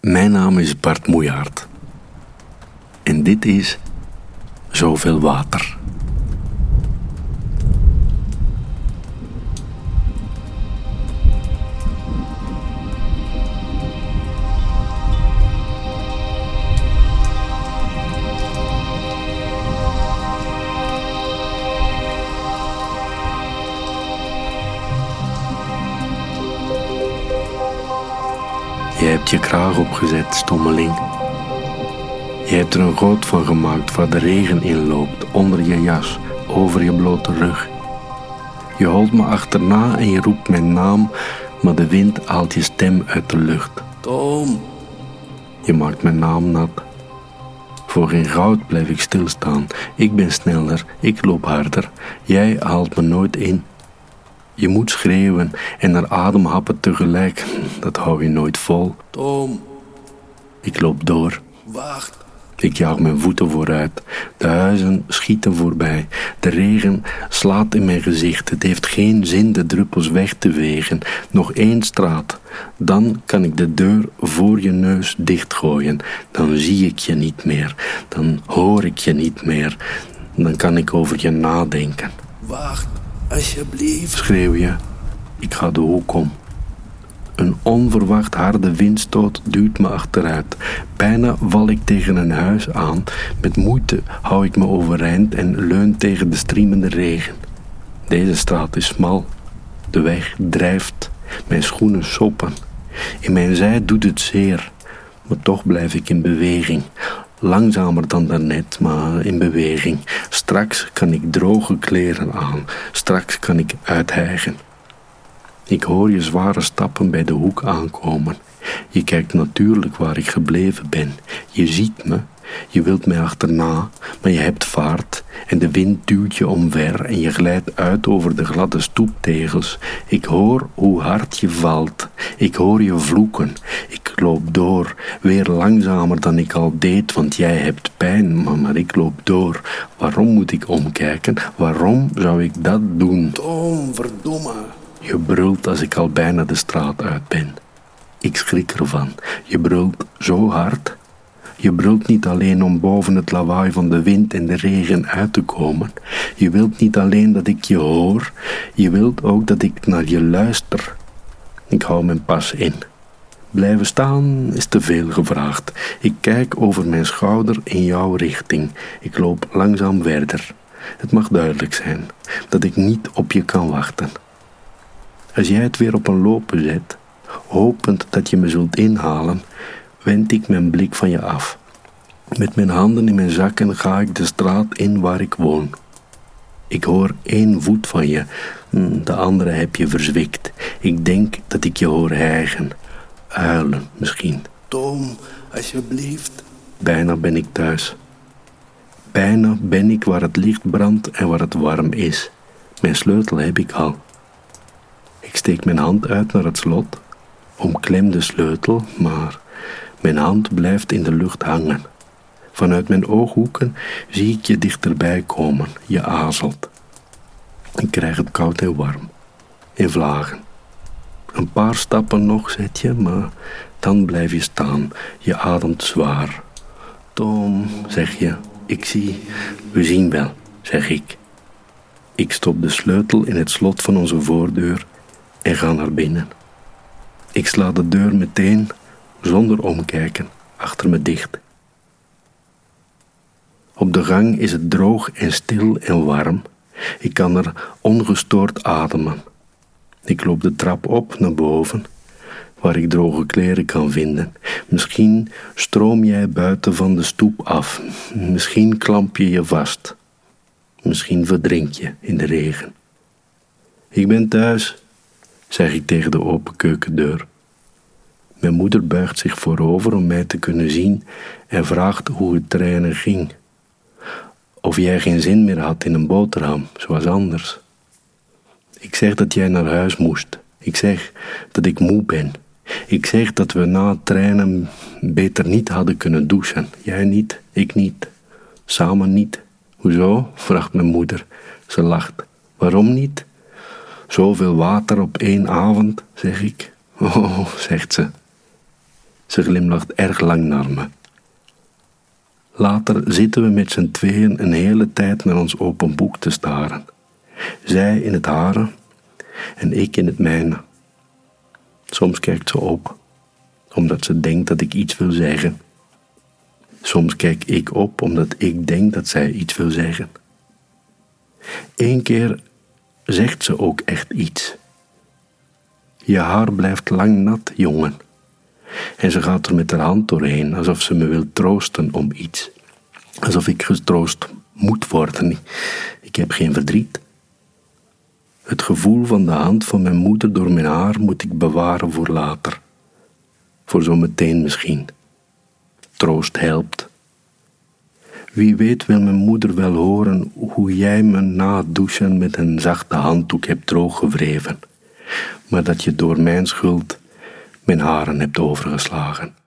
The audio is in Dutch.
Mijn naam is Bart Moejaert. En dit is Zoveel Water. Je hebt je kraag opgezet, stommeling. Je hebt er een goot van gemaakt waar de regen in loopt, onder je jas, over je blote rug. Je holt me achterna en je roept mijn naam, maar de wind haalt je stem uit de lucht. Tom. Je maakt mijn naam nat. Voor geen goud blijf ik stilstaan. Ik ben sneller, ik loop harder. Jij haalt me nooit in. Je moet schreeuwen en naar adem happen tegelijk. Dat hou je nooit vol. Tom. Ik loop door. Wacht. Ik jaag mijn voeten vooruit. De huizen schieten voorbij. De regen slaat in mijn gezicht. Het heeft geen zin de druppels weg te vegen. Nog 1 straat. Dan kan ik de deur voor je neus dichtgooien. Dan zie ik je niet meer. Dan hoor ik je niet meer. Dan kan ik over je nadenken. Wacht, alsjeblieft. Schreeuw je. Ik ga de hoek om. Een onverwacht harde windstoot duwt me achteruit. Bijna val ik tegen een huis aan. Met moeite hou ik me overeind en leun tegen de striemende regen. Deze straat is smal. De weg drijft. Mijn schoenen soppen. In mijn zij doet het zeer. Maar toch blijf ik in beweging. Langzamer dan daarnet, maar in beweging. Straks kan ik droge kleren aan. Straks kan ik uithijgen. Ik hoor je zware stappen bij de hoek aankomen. Je kijkt natuurlijk waar ik gebleven ben. Je ziet me, je wilt mij achterna, maar je hebt vaart en de wind duwt je omver en je glijdt uit over de gladde stoeptegels. Ik hoor hoe hard je valt. Ik hoor je vloeken. Ik loop door, weer langzamer dan ik al deed, want jij hebt pijn, maar ik loop door. Waarom moet ik omkijken? Waarom zou ik dat doen? Tom, verdomme. Je brult als ik al bijna de straat uit ben. Ik schrik ervan. Je brult zo hard. Je brult niet alleen om boven het lawaai van de wind en de regen uit te komen. Je wilt niet alleen dat ik je hoor. Je wilt ook dat ik naar je luister. Ik hou mijn pas in. Blijven staan is te veel gevraagd. Ik kijk over mijn schouder in jouw richting. Ik loop langzaam verder. Het mag duidelijk zijn dat ik niet op je kan wachten. Als jij het weer op een lopen zet, hopend dat je me zult inhalen, wend ik mijn blik van je af. Met mijn handen in mijn zakken ga ik de straat in waar ik woon. Ik hoor 1 voet van je, de andere heb je verzwikt. Ik denk dat ik je hoor hijgen, huilen misschien. Tom, alsjeblieft. Bijna ben ik thuis. Bijna ben ik waar het licht brandt en waar het warm is. Mijn sleutel heb ik al. Ik steek mijn hand uit naar het slot, omklem de sleutel, maar mijn hand blijft in de lucht hangen. Vanuit mijn ooghoeken zie ik je dichterbij komen, je aarzelt. Ik krijg het koud en warm, in vlagen. Een paar stappen nog zet je, maar dan blijf je staan, je ademt zwaar. Tom, zeg je, ik zie, we zien wel, zeg ik. Ik stop de sleutel in het slot van onze voordeur en ga naar binnen. Ik sla de deur meteen, zonder omkijken, achter me dicht. Op de gang is het droog en stil en warm. Ik kan er ongestoord ademen. Ik loop de trap op naar boven, waar ik droge kleren kan vinden. Misschien stroom jij buiten van de stoep af. Misschien klamp je je vast. Misschien verdrink je in de regen. Ik ben thuis, zeg ik tegen de open keukendeur. Mijn moeder buigt zich voorover om mij te kunnen zien en vraagt hoe het trainen ging. Of jij geen zin meer had in een boterham, zoals anders. Ik zeg dat jij naar huis moest. Ik zeg dat ik moe ben. Ik zeg dat we na het trainen beter niet hadden kunnen douchen. Jij niet, ik niet. Samen niet. Hoezo? Vraagt mijn moeder. Ze lacht. Waarom niet? Zoveel water op 1 avond, zeg ik. Oh, zegt ze. Ze glimlacht erg lang naar me. Later zitten we met z'n tweeën een hele tijd naar ons open boek te staren. Zij in het hare en ik in het mijne. Soms kijkt ze op, omdat ze denkt dat ik iets wil zeggen. Soms kijk ik op, omdat ik denk dat zij iets wil zeggen. Eén keer zegt ze ook echt iets. Je haar blijft lang nat, jongen. En ze gaat er met haar hand doorheen, alsof ze me wil troosten om iets. Alsof ik getroost moet worden. Ik heb geen verdriet. Het gevoel van de hand van mijn moeder door mijn haar moet ik bewaren voor later. Voor zometeen misschien. Troost helpt. Wie weet wil mijn moeder wel horen hoe jij me na het douchen met een zachte handdoek hebt drooggewreven, maar dat je door mijn schuld mijn haren hebt overgeslagen.